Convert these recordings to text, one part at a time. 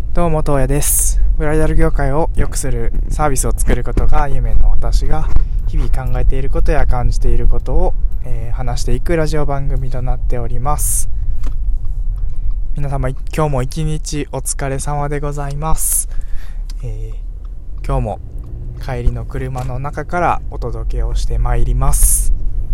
どうも、東也です。ブライダル業界を良くするサービスを作ることが夢の私が日々考えていることや感じていることを、話していくラジオ番組となっております。皆様、今日も一日お疲れ様でございます。今日も帰りの車の中からお届けをしてまいります。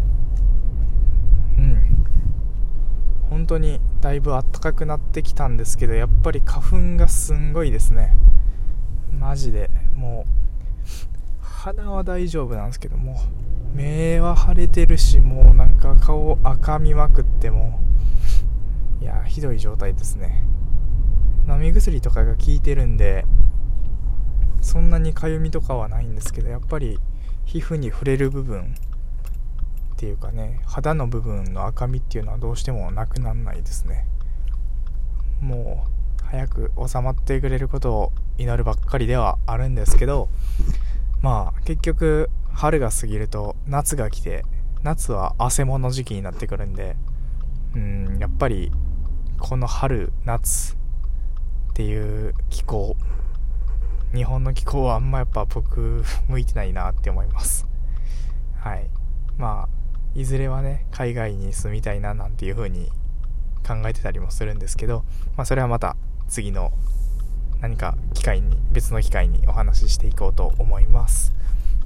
本当にだいぶ暖かくなってきたんですけど、やっぱり花粉がすんごいですね。マジでもう肌は大丈夫なんですけども、目は腫れてるし、もうなんか顔赤みまくってもいやひどい状態ですね。飲み薬とかが効いてるんでそんなにかゆみとかはないんですけど、やっぱり皮膚に触れる部分っていうかね、肌の部分の赤みっていうのはどうしてもなくならないですね。もう早く収まってくれることを祈るばっかりではあるんですけど、結局春が過ぎると夏が来て、夏は汗もの時期になってくるんで、やっぱりこの春夏っていう気候、日本の気候はあんまやっぱ僕向いてないなって思います。はい。いずれはね、海外に住みたいななんていう風に考えてたりもするんですけど、それはまた次の何か別の機会にお話ししていこうと思います。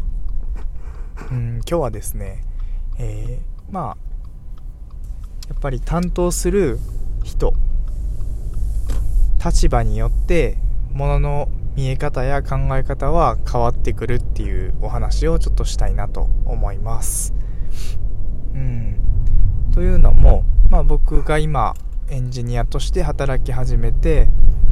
今日はですね、やっぱり担当する人、立場によって物の見え方や考え方は変わってくるっていうお話をちょっとしたいなと思います。というのも、僕が今エンジニアとして働き始めて、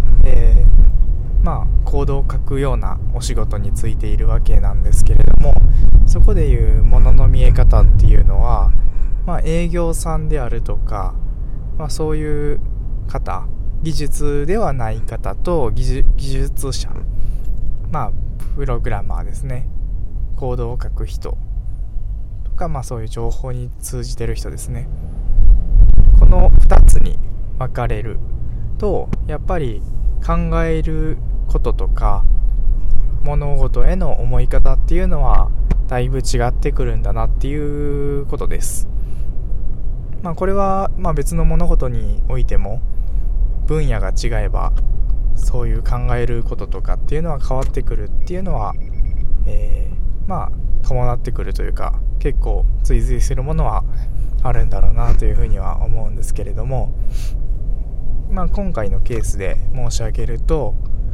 コードを書くようなお仕事についているわけなんですけれども、そこでいうものの見え方っていうのは、営業さんであるとか、そういう方、技術ではない方と技術者、プログラマーですね、コードを書く人とか、そういう情報に通じてる人ですね、この2つに分かれると、やっぱり考えることとか物事への思い方っていうのはだいぶ違ってくるんだなっていうことです。これは別の物事においても分野が違えばそういう考えることとかっていうのは変わってくるっていうのは、伴ってくるというか、結構追随するものはあるんだろうなというふうには思うんですけれども、今回のケースで申し上げると、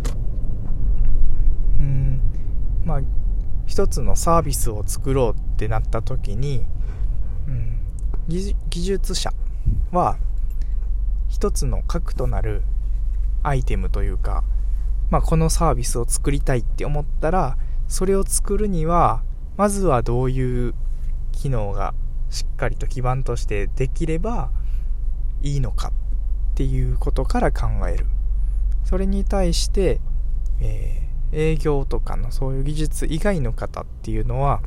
一つのサービスを作ろうってなった時に、技術者は一つの核となるアイテムというか、このサービスを作りたいって思ったら、それを作るにはまずはどういう機能がしっかりと基盤としてできればいいのかっていうことから考える。それに対して、営業とかのそういう技術以外の方っていうのは、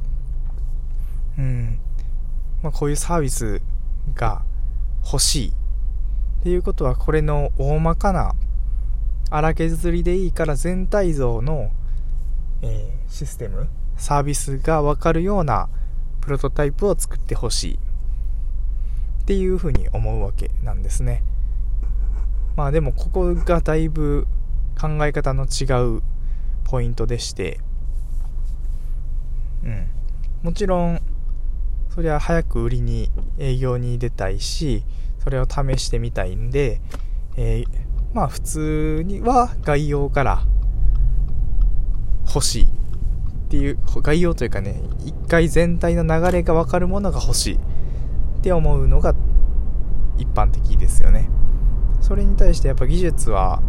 こういうサービスが欲しいっていうことは、これの大まかな荒削りでいいから全体像の、システム、サービスが分かるようなプロトタイプを作ってほしいっていうふうに思うわけなんですね。でもここがだいぶ考え方の違うポイントでして、もちろんそりゃ早く売りに営業に出たいし、それを試してみたいんで、普通には概要から欲しいっていう、概要というかね、一回全体の流れが分かるものが欲しいって思うのが一般的ですよね。それに対してやっぱ技術は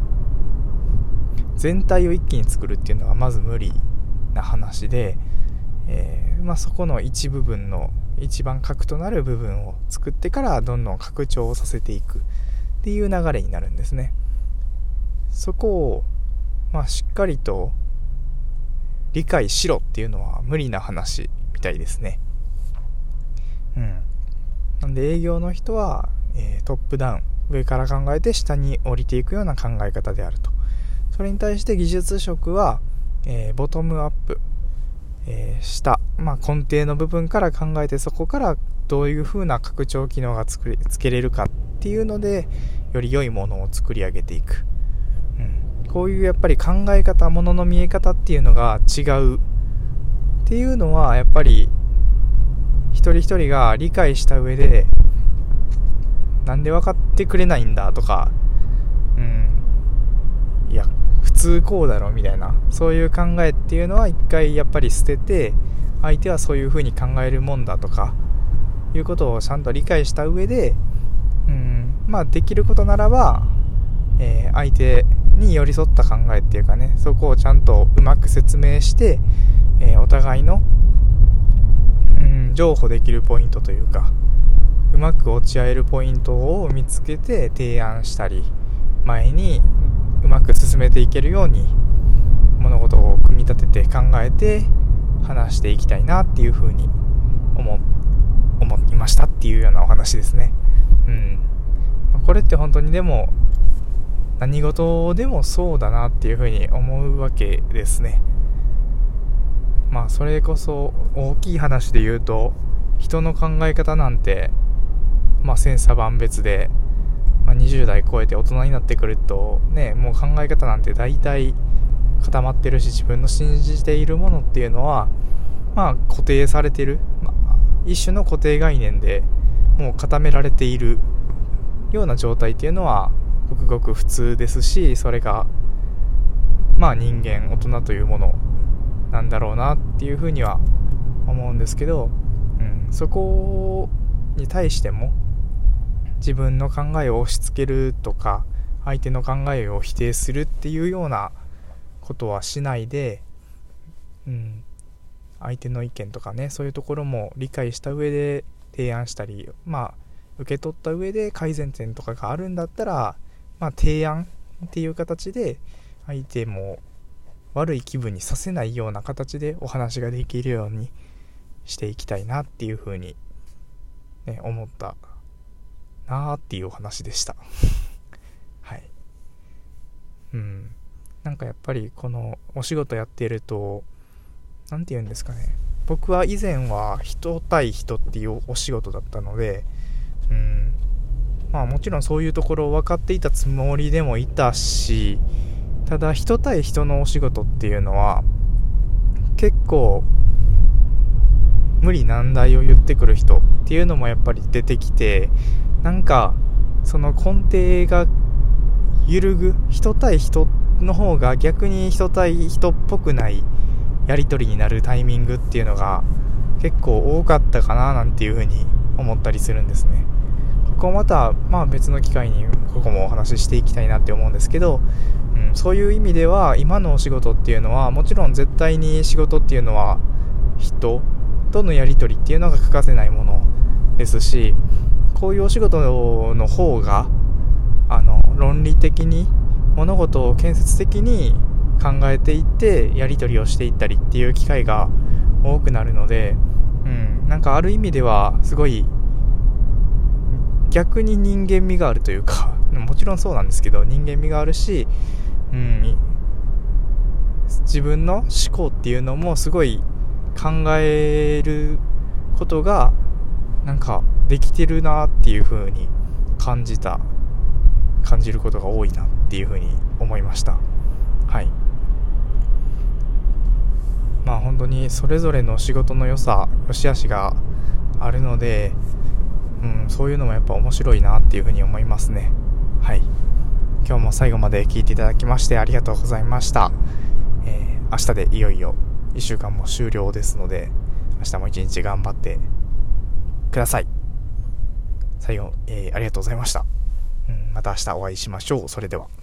全体を一気に作るっていうのはまず無理な話で、そこの一部分の一番核となる部分を作ってからどんどん拡張させていくっていう流れになるんですね。そこをしっかりと理解しろっていうのは無理な話みたいですね。なんで営業の人は、トップダウン、上から考えて下に降りていくような考え方であると。 それに対して技術職は、ボトムアップ、下、根底の部分から考えて、そこからどういう風な拡張機能がつけれるかっていうので、より良いものを作り上げていく、こういうやっぱり考え方、ものの見え方っていうのが違うっていうのは、やっぱり一人一人が理解した上で、なんで分かってくれないんだとか、いや普通こうだろみたいな、そういう考えっていうのは一回やっぱり捨てて、相手はそういう風に考えるもんだとかいうことをちゃんと理解した上で、できることならば、相手に寄り添った考えっていうかね、そこをちゃんとうまく説明して、お互いの、譲歩できるポイントというか、うまく落ち合えるポイントを見つけて提案したり、前にうまく進めていけるように物事を組み立てて考えて話していきたいなっていうふうに思いましたっていうようなお話ですね。これって本当にでも何事でもそうだなっていうふうに思うわけですね。それこそ大きい話で言うと、人の考え方なんて千差万別で、20代超えて大人になってくるとね、もう考え方なんて大体固まってるし、自分の信じているものっていうのは固定されてる、一種の固定概念でもう固められているような状態っていうのはごくごく普通ですし、それが人間、大人というものなんだろうなっていうふうには思うんですけど、そこに対しても自分の考えを押し付けるとか、相手の考えを否定するっていうようなことはしないで、相手の意見とかね、そういうところも理解した上で提案したり、受け取った上で改善点とかがあるんだったら、提案っていう形で相手も悪い気分にさせないような形でお話ができるようにしていきたいなっていうふうに、思ったなーっていうお話でしたはい。なんかやっぱりこのお仕事やっていると、なんて言うんですかね、僕は以前は人対人っていうお仕事だったので、もちろんそういうところを分かっていたつもりでもいたし、ただ人対人のお仕事っていうのは結構無理難題を言ってくる人っていうのもやっぱり出てきて、なんかその根底が揺るぐ、人対人の方が逆に人対人っぽくないやり取りになるタイミングっていうのが結構多かったかななんていうふうに思ったりするんですね。ここまた別の機会にここもお話ししていきたいなって思うんですけど、そういう意味では今のお仕事っていうのはもちろん絶対に仕事っていうのは人とのやり取りっていうのが欠かせないものですし、こういうお仕事の方が論理的に物事を建設的に考えていってやり取りをしていったりっていう機会が多くなるので、なんかある意味ではすごい逆に人間味があるというか、もちろんそうなんですけど人間味があるし、自分の思考っていうのもすごい考えることがなんかできてるなっていう風に感じることが多いなっていう風に思いました。はい。本当にそれぞれの仕事の良し悪しがあるので、そういうのもやっぱ面白いなっていう風に思いますね。はい。今日も最後まで聞いていただきましてありがとうございました。明日でいよいよ1週間も終了ですので、明日も一日頑張ってください。最後、ありがとうございました。また明日お会いしましょう。それでは。